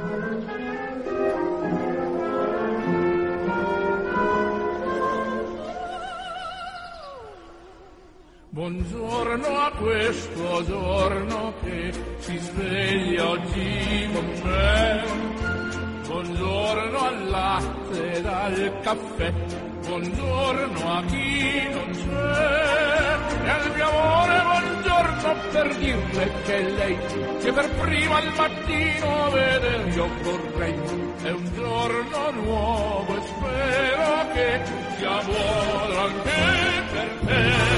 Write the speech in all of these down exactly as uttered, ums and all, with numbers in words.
Buongiorno a questo giorno che si sveglia oggi con me. Buongiorno al latte e al caffè. Buongiorno a chi non c'è. E al mio amore buongiorno per dirle che lei che per prima al mattino veder io vorrei. È un giorno nuovo e spero che sia buono anche per te.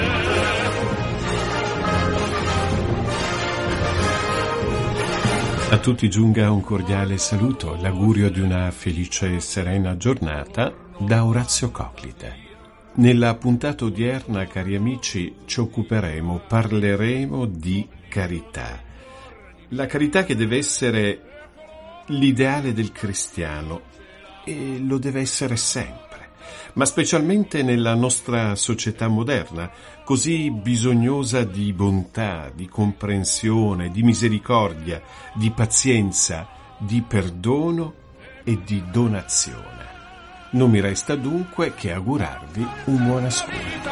A tutti giunga un cordiale saluto, l'augurio di una felice e serena giornata da Orazio Coclite. Nella puntata odierna, cari amici, ci occuperemo, parleremo di carità. La carità che deve essere l'ideale del cristiano e lo deve essere sempre, ma specialmente nella nostra società moderna, così bisognosa di bontà, di comprensione, di misericordia, di pazienza, di perdono e di donazione. Non mi resta dunque che augurarvi un buon ascolto.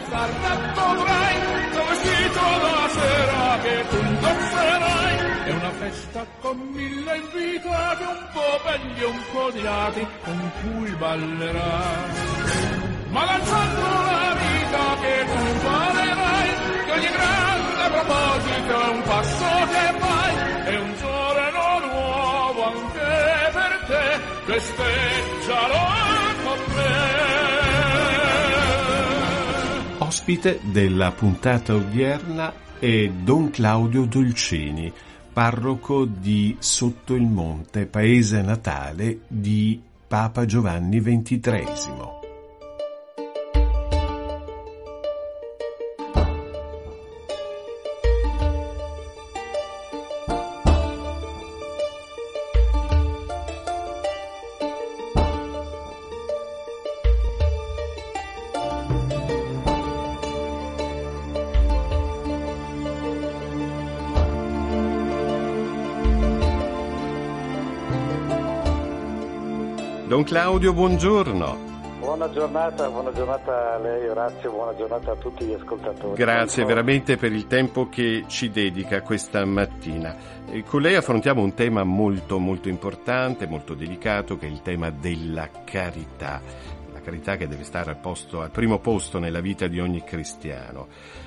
È una festa con mille invitati, un po' belli e un po' odiati, con cui ballerai. Ma lanciando la vita che tu imparerai, che ogni grande proposito è un passo che fai, è un giorno nuovo anche per te, festeggialo con me. Ospite della puntata odierna è Don Claudio Dolcini, parroco di Sotto il Monte, paese natale di Papa Giovanni ventitreesimo. Don Claudio, buongiorno. Buona giornata, buona giornata a lei Orazio, buona giornata a tutti gli ascoltatori. Grazie veramente per il tempo che ci dedica questa mattina. E con lei affrontiamo un tema molto molto importante, molto delicato, che è il tema della carità. La carità che deve stare al, posto, al primo posto nella vita di ogni cristiano.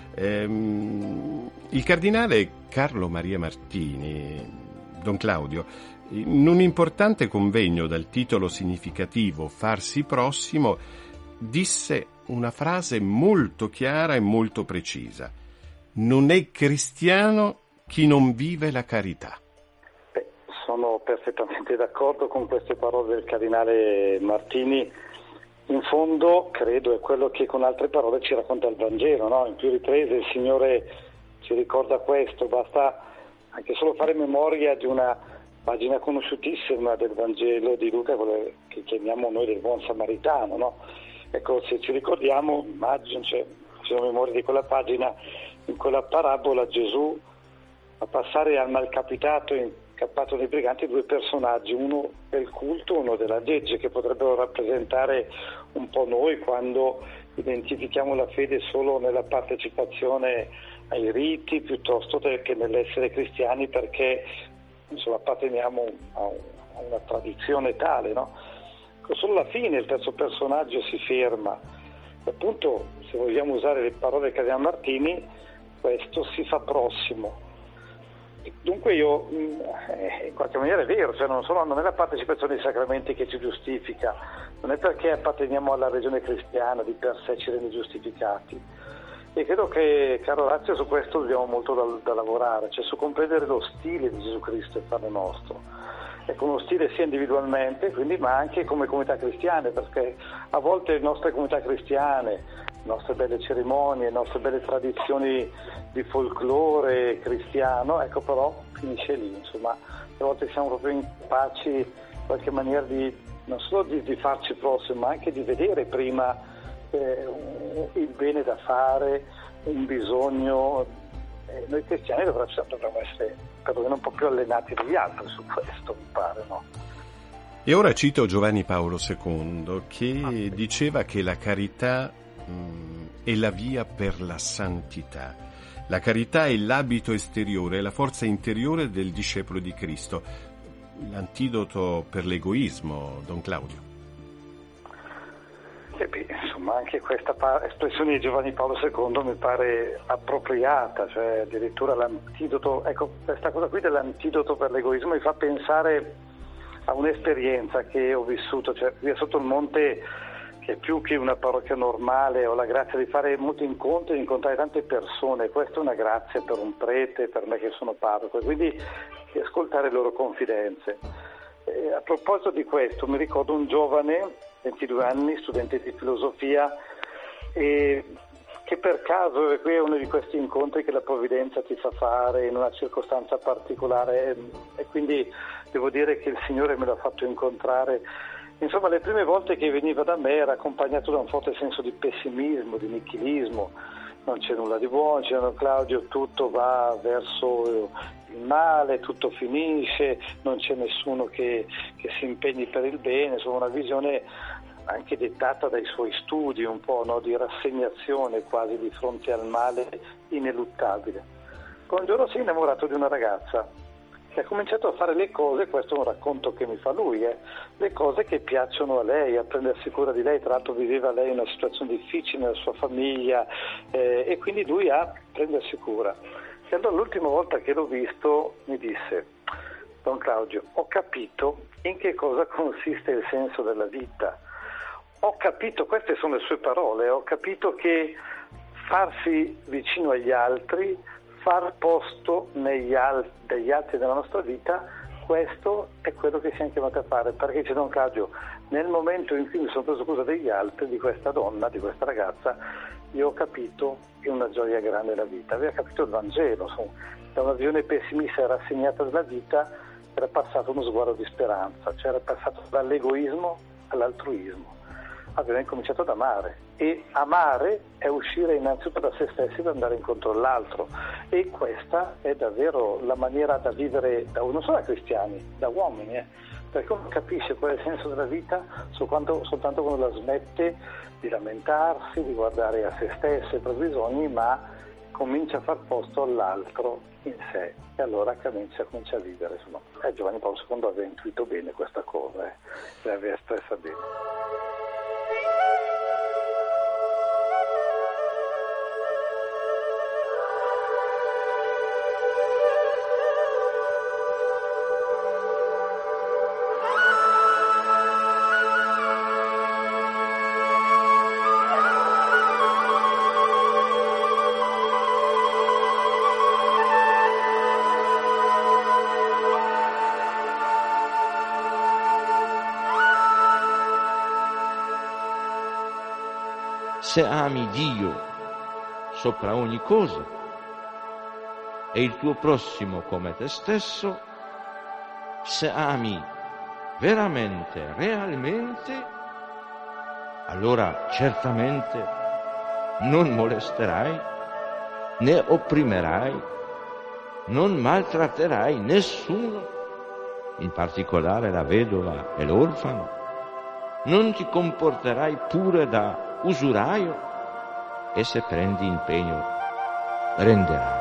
Ehm, il cardinale Carlo Maria Martini, Don Claudio, in un importante convegno dal titolo significativo Farsi prossimo, disse una frase molto chiara e molto precisa: non è cristiano chi non vive la carità. Beh, sono perfettamente d'accordo con queste parole del cardinale Martini. In fondo credo è quello che con altre parole ci racconta il Vangelo, no? In più riprese il Signore ci ricorda questo, basta anche solo fare memoria di una pagina conosciutissima del Vangelo di Luca, quello che chiamiamo noi del buon samaritano, no? Ecco, se ci ricordiamo, immagino, cioè, facciamo memoria di quella pagina, in quella parabola Gesù fa passare al malcapitato incappato nei briganti due personaggi, uno del culto, uno della legge, che potrebbero rappresentare un po' noi quando identifichiamo la fede solo nella partecipazione ai riti piuttosto che nell'essere cristiani, perché insomma apparteniamo a una tradizione tale, no? Solo alla fine il terzo personaggio si ferma e appunto, se vogliamo usare le parole di Cardinale Martini, questo si fa prossimo. E dunque io eh, in qualche maniera è vero, cioè non, solo, non è la partecipazione ai sacramenti che ci giustifica, non è perché apparteniamo alla religione cristiana di per sé ci rende giustificati. E credo che, caro Orazio, su questo dobbiamo molto da, da lavorare, cioè su comprendere lo stile di Gesù Cristo e farlo nostro. Ecco, uno stile sia individualmente, quindi, ma anche come comunità cristiane, perché a volte le nostre comunità cristiane, le nostre belle cerimonie, le nostre belle tradizioni di folklore cristiano, ecco, però finisce lì, insomma, a volte siamo proprio incapaci in qualche maniera di, non solo di, di farci prossimo, ma anche di vedere prima il bene da fare, un bisogno e noi cristiani dovremmo, dovremmo essere perlomeno un po' più allenati degli altri su questo, mi pare, no? E ora cito Giovanni Paolo secondo, che diceva che la carità mh, è la via per la santità. La carità è l'abito esteriore, è la forza interiore del discepolo di Cristo. L'antidoto per l'egoismo, Don Claudio. E beh, insomma, anche questa pa- espressione di Giovanni Paolo secondo mi pare appropriata, cioè addirittura l'antidoto, ecco, questa cosa qui dell'antidoto per l'egoismo mi fa pensare a un'esperienza che ho vissuto, cioè qui sotto il monte, che è più che una parrocchia normale, ho la grazia di fare molti incontri, di incontrare tante persone, questa è una grazia per un prete, per me che sono parroco, e quindi di ascoltare le loro confidenze. E a proposito di questo, mi ricordo un giovane, ventidue anni, studente di filosofia, e che per caso, e qui è uno di questi incontri che la provvidenza ti fa fare in una circostanza particolare, e quindi devo dire che il Signore me l'ha fatto incontrare. Insomma, le prime volte che veniva da me era accompagnato da un forte senso di pessimismo, di nichilismo. Non c'è nulla di buono, c'è Don Claudio, tutto va verso il male, tutto finisce, non c'è nessuno che, che si impegni per il bene, insomma una visione anche dettata dai suoi studi, un po', no, di rassegnazione quasi di fronte al male ineluttabile. Poi un giorno si è innamorato di una ragazza che ha cominciato a fare le cose, questo è un racconto che mi fa lui, eh, le cose che piacciono a lei, a prendersi cura di lei. Tra l'altro viveva lei una situazione difficile nella sua famiglia, eh, e quindi lui ha prendersi cura. E allora l'ultima volta che l'ho visto mi disse: Don Claudio, ho capito in che cosa consiste il senso della vita. Ho capito, queste sono le sue parole, ho capito che farsi vicino agli altri, far posto negli al- degli altri nella nostra vita, questo è quello che siamo chiamati a fare. Perché c'è Don Claudio, nel momento in cui mi sono preso cura degli altri, di questa donna, di questa ragazza, io ho capito che una gioia grande è la vita. Aveva capito il Vangelo, insomma, da una visione pessimista e rassegnata della vita era passato uno sguardo di speranza, cioè era passato dall'egoismo all'altruismo. Abbiamo incominciato ad amare, e amare è uscire innanzitutto da se stessi ed andare incontro all'altro, e questa è davvero la maniera da vivere, da, non solo da cristiani, da uomini, eh, perché uno capisce qual è il senso della vita soltanto, soltanto quando la smette di lamentarsi, di guardare a se stesso e ai propri bisogni, ma comincia a far posto all'altro in sé, e allora comincia, comincia a vivere. Insomma, eh, Giovanni Paolo secondo aveva intuito bene questa cosa, eh, l'aveva espressa bene. Se ami Dio sopra ogni cosa e il tuo prossimo come te stesso, se ami veramente, realmente, allora certamente non molesterai, né opprimerai, non maltratterai nessuno, in particolare la vedova e l'orfano, non ti comporterai pure da usuraio, e se prendi impegno renderai.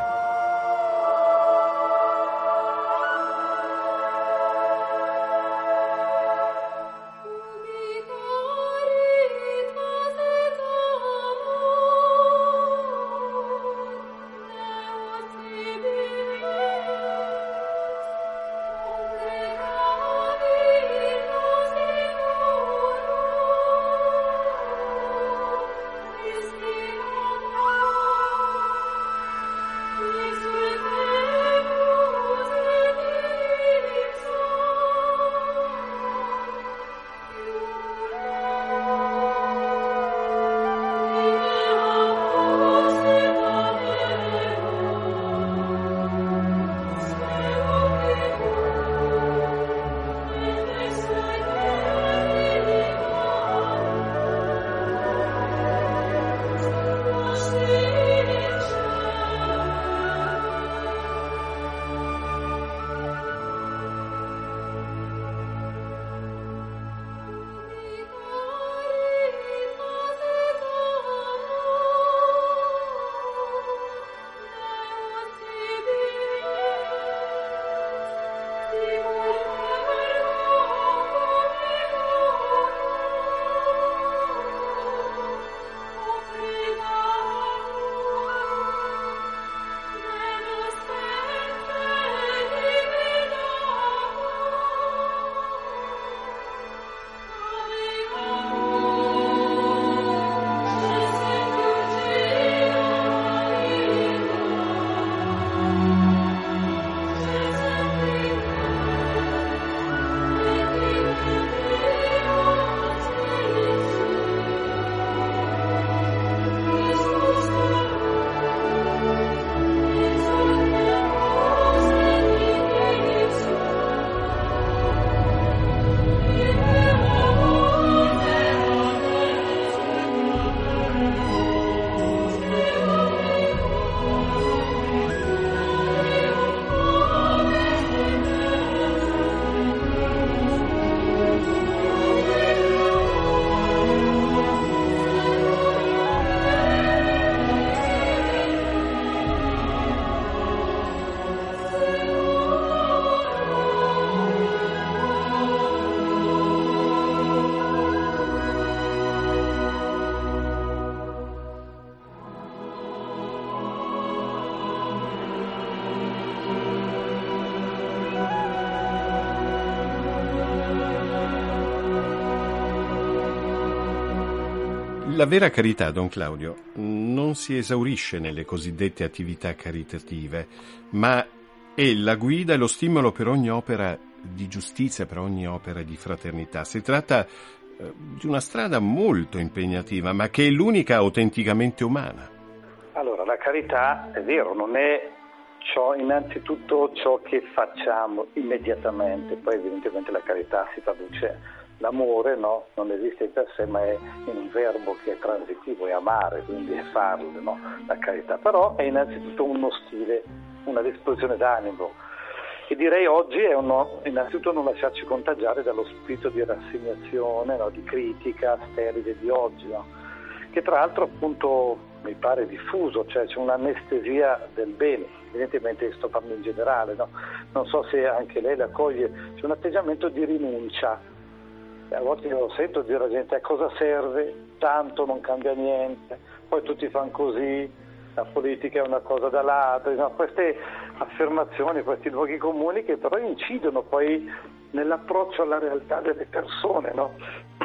La vera carità, Don Claudio, non si esaurisce nelle cosiddette attività caritative, ma è la guida e lo stimolo per ogni opera di giustizia, per ogni opera di fraternità. Si tratta eh, di una strada molto impegnativa, ma che è l'unica autenticamente umana. Allora, la carità, è vero, non è ciò, innanzitutto ciò che facciamo immediatamente, poi evidentemente la carità si traduce. L'amore, no? Non esiste in per sé, ma è in un verbo che è transitivo, è amare, quindi è farlo, no? La carità. Però è innanzitutto uno stile, una disposizione d'animo. E direi oggi è uno, innanzitutto non lasciarci contagiare dallo spirito di rassegnazione, no? Di critica sterile di oggi, no? Che tra l'altro appunto mi pare diffuso, cioè c'è un'anestesia del bene, evidentemente sto parlando in generale, no? Non so se anche lei la coglie, c'è un atteggiamento di rinuncia. A volte io sento dire alla gente: a cosa serve? Tanto non cambia niente, poi tutti fanno così, la politica è una cosa dall'altra, no? Queste affermazioni, questi luoghi comuni che però incidono poi nell'approccio alla realtà delle persone, no?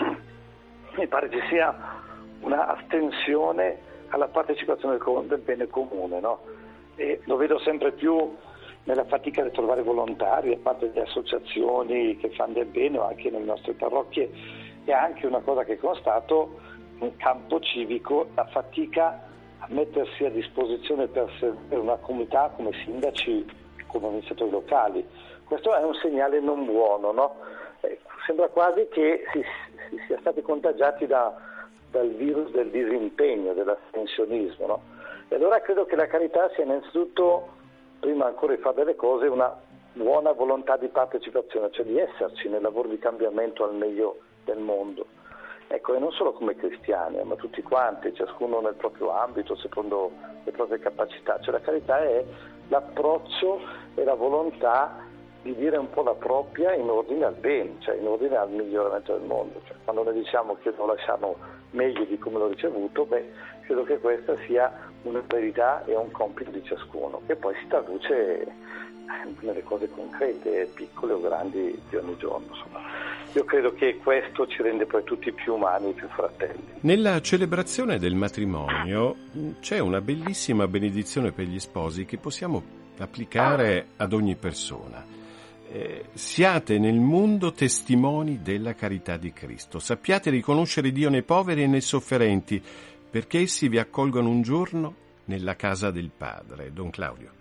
Mi pare ci sia una astensione alla partecipazione del, del bene comune, no? E lo vedo sempre più nella fatica di trovare volontari, a parte le associazioni che fanno del bene o anche nelle nostre parrocchie, e anche una cosa che constato in campo civico, la fatica a mettersi a disposizione per servire una comunità come sindaci, come amministratori locali. Questo è un segnale non buono, no? Eh, sembra quasi che si, si sia stati contagiati da, dal virus del disimpegno, dell'astensionismo, no? E allora credo che la carità sia innanzitutto, prima ancora di fare delle cose, una buona volontà di partecipazione, cioè di esserci nel lavoro di cambiamento al meglio del mondo. Ecco, e non solo come cristiani, ma tutti quanti, ciascuno nel proprio ambito, secondo le proprie capacità. Cioè la carità è l'approccio e la volontà di dire un po' la propria in ordine al bene, cioè in ordine al miglioramento del mondo. Cioè, quando noi diciamo che lo lasciamo meglio di come l'ho ricevuto, beh, credo che questa sia una verità e un compito di ciascuno, che poi si traduce nelle cose concrete, piccole o grandi di ogni giorno. Insomma, io credo che questo ci rende poi tutti più umani, più fratelli. Nella celebrazione del matrimonio c'è una bellissima benedizione per gli sposi che possiamo applicare ad ogni persona. Eh, siate nel mondo testimoni della carità di Cristo. Sappiate riconoscere Dio nei poveri e nei sofferenti, perché essi vi accolgono un giorno nella casa del Padre. Don Claudio.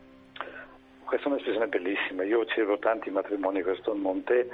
Questa è un'espressione bellissima. Io celebro tanti matrimoni questo in Monte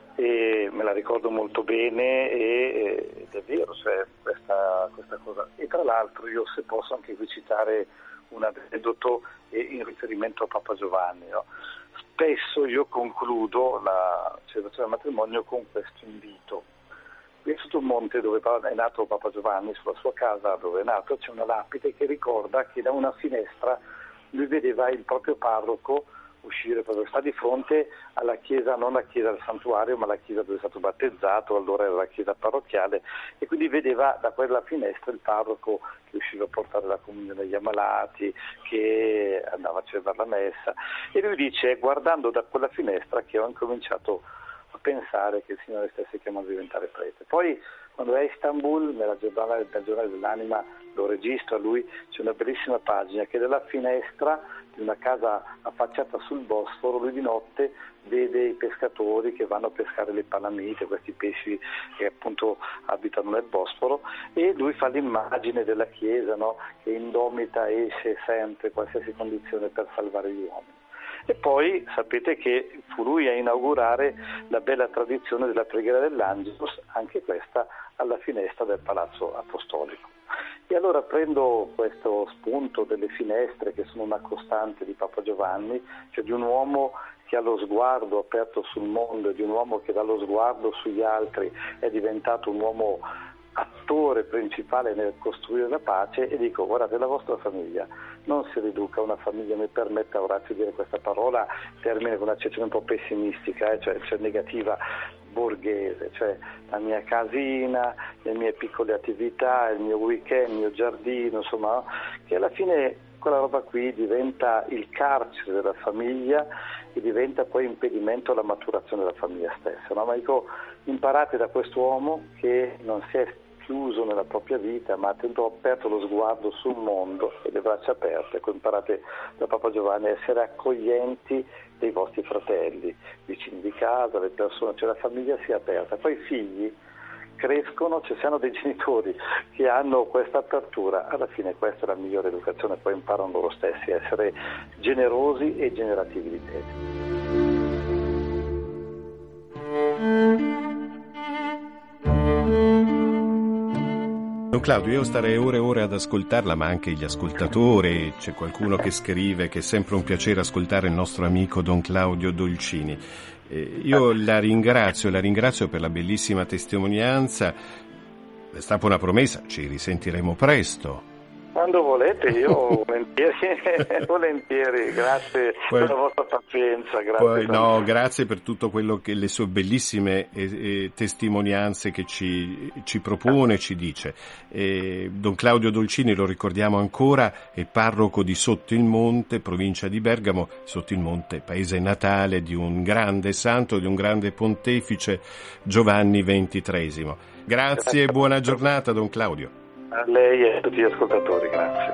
e me la ricordo molto bene, e, ed è vero, cioè questa, questa cosa. E tra l'altro io, se posso anche qui citare un aneddoto in riferimento a Papa Giovanni, no? Spesso io concludo la celebrazione del matrimonio con questo invito. Qui sotto un monte dove è nato Papa Giovanni, sulla sua casa dove è nato, c'è una lapide che ricorda che da una finestra lui vedeva il proprio parroco uscire, proprio sta di fronte alla chiesa, non la chiesa del santuario, ma la chiesa dove è stato battezzato, allora era la chiesa parrocchiale, e quindi vedeva da quella finestra il parroco che usciva a portare la comunione agli ammalati, che andava a celebrare la messa, e lui dice: guardando da quella finestra che ho incominciato a pensare che il Signore stesse chiamando a diventare prete. Poi quando è a Istanbul, nella giornale, nel giornale dell'anima, lo registra lui, c'è una bellissima pagina che dalla finestra di una casa affacciata sul Bosforo, lui di notte vede i pescatori che vanno a pescare le palamite, questi pesci che appunto abitano nel Bosforo, e lui fa l'immagine della Chiesa, no? Che indomita esce sempre, qualsiasi condizione, per salvare gli uomini. E poi sapete che fu lui a inaugurare la bella tradizione della preghiera dell'Angelus, anche questa alla finestra del Palazzo Apostolico. E allora prendo questo spunto delle finestre, che sono una costante di Papa Giovanni, cioè di un uomo che ha lo sguardo aperto sul mondo, e di un uomo che dallo sguardo sugli altri è diventato un uomo attore principale nel costruire la pace, e dico: guardate, la vostra famiglia non si riduca a una famiglia, mi permetta Orazio di dire questa parola, termine con un'accezione un po' pessimistica, eh, cioè, cioè negativa, borghese, cioè la mia casina, le mie piccole attività, il mio weekend, il mio giardino, insomma, no? Che alla fine quella roba qui diventa il carcere della famiglia e diventa poi impedimento alla maturazione della famiglia stessa, no? Ma dico, imparate da quest'uomo che non si è chiuso nella propria vita, ma ha tenuto aperto lo sguardo sul mondo e le braccia aperte. Ecco, imparate da Papa Giovanni a essere accoglienti dei vostri fratelli, vicini di casa, le persone, cioè la famiglia sia aperta. Poi i figli crescono, cioè se hanno dei genitori che hanno questa apertura, alla fine questa è la migliore educazione, poi imparano loro stessi a essere generosi e generativi di fede. Don Claudio, io starei ore e ore ad ascoltarla, ma anche gli ascoltatori, c'è qualcuno che scrive che è sempre un piacere ascoltare il nostro amico Don Claudio Dolcini. Eh, io la ringrazio, la ringrazio per la bellissima testimonianza. Le strappo una promessa, ci risentiremo presto. Quando volete, io volentieri, volentieri, grazie poi, per la vostra pazienza. Grazie poi, no, grazie per tutto quello che le sue bellissime eh, eh, testimonianze che ci, ci propone, ci dice. Eh, Don Claudio Dolcini, lo ricordiamo ancora, è parroco di Sotto il Monte, provincia di Bergamo. Sotto il Monte, paese natale di un grande santo, di un grande pontefice, Giovanni ventitreesimo. Grazie, grazie. E buona giornata, Don Claudio. A lei e a tutti gli ascoltatori, grazie.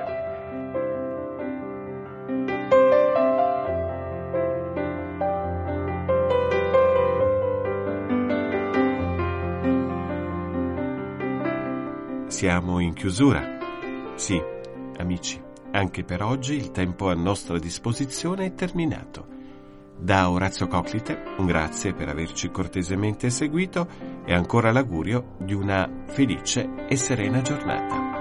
Siamo in chiusura. Sì, amici, anche per oggi il tempo a nostra disposizione è terminato. Da Orazio Coclite, un grazie per averci cortesemente seguito e ancora l'augurio di una felice e serena giornata.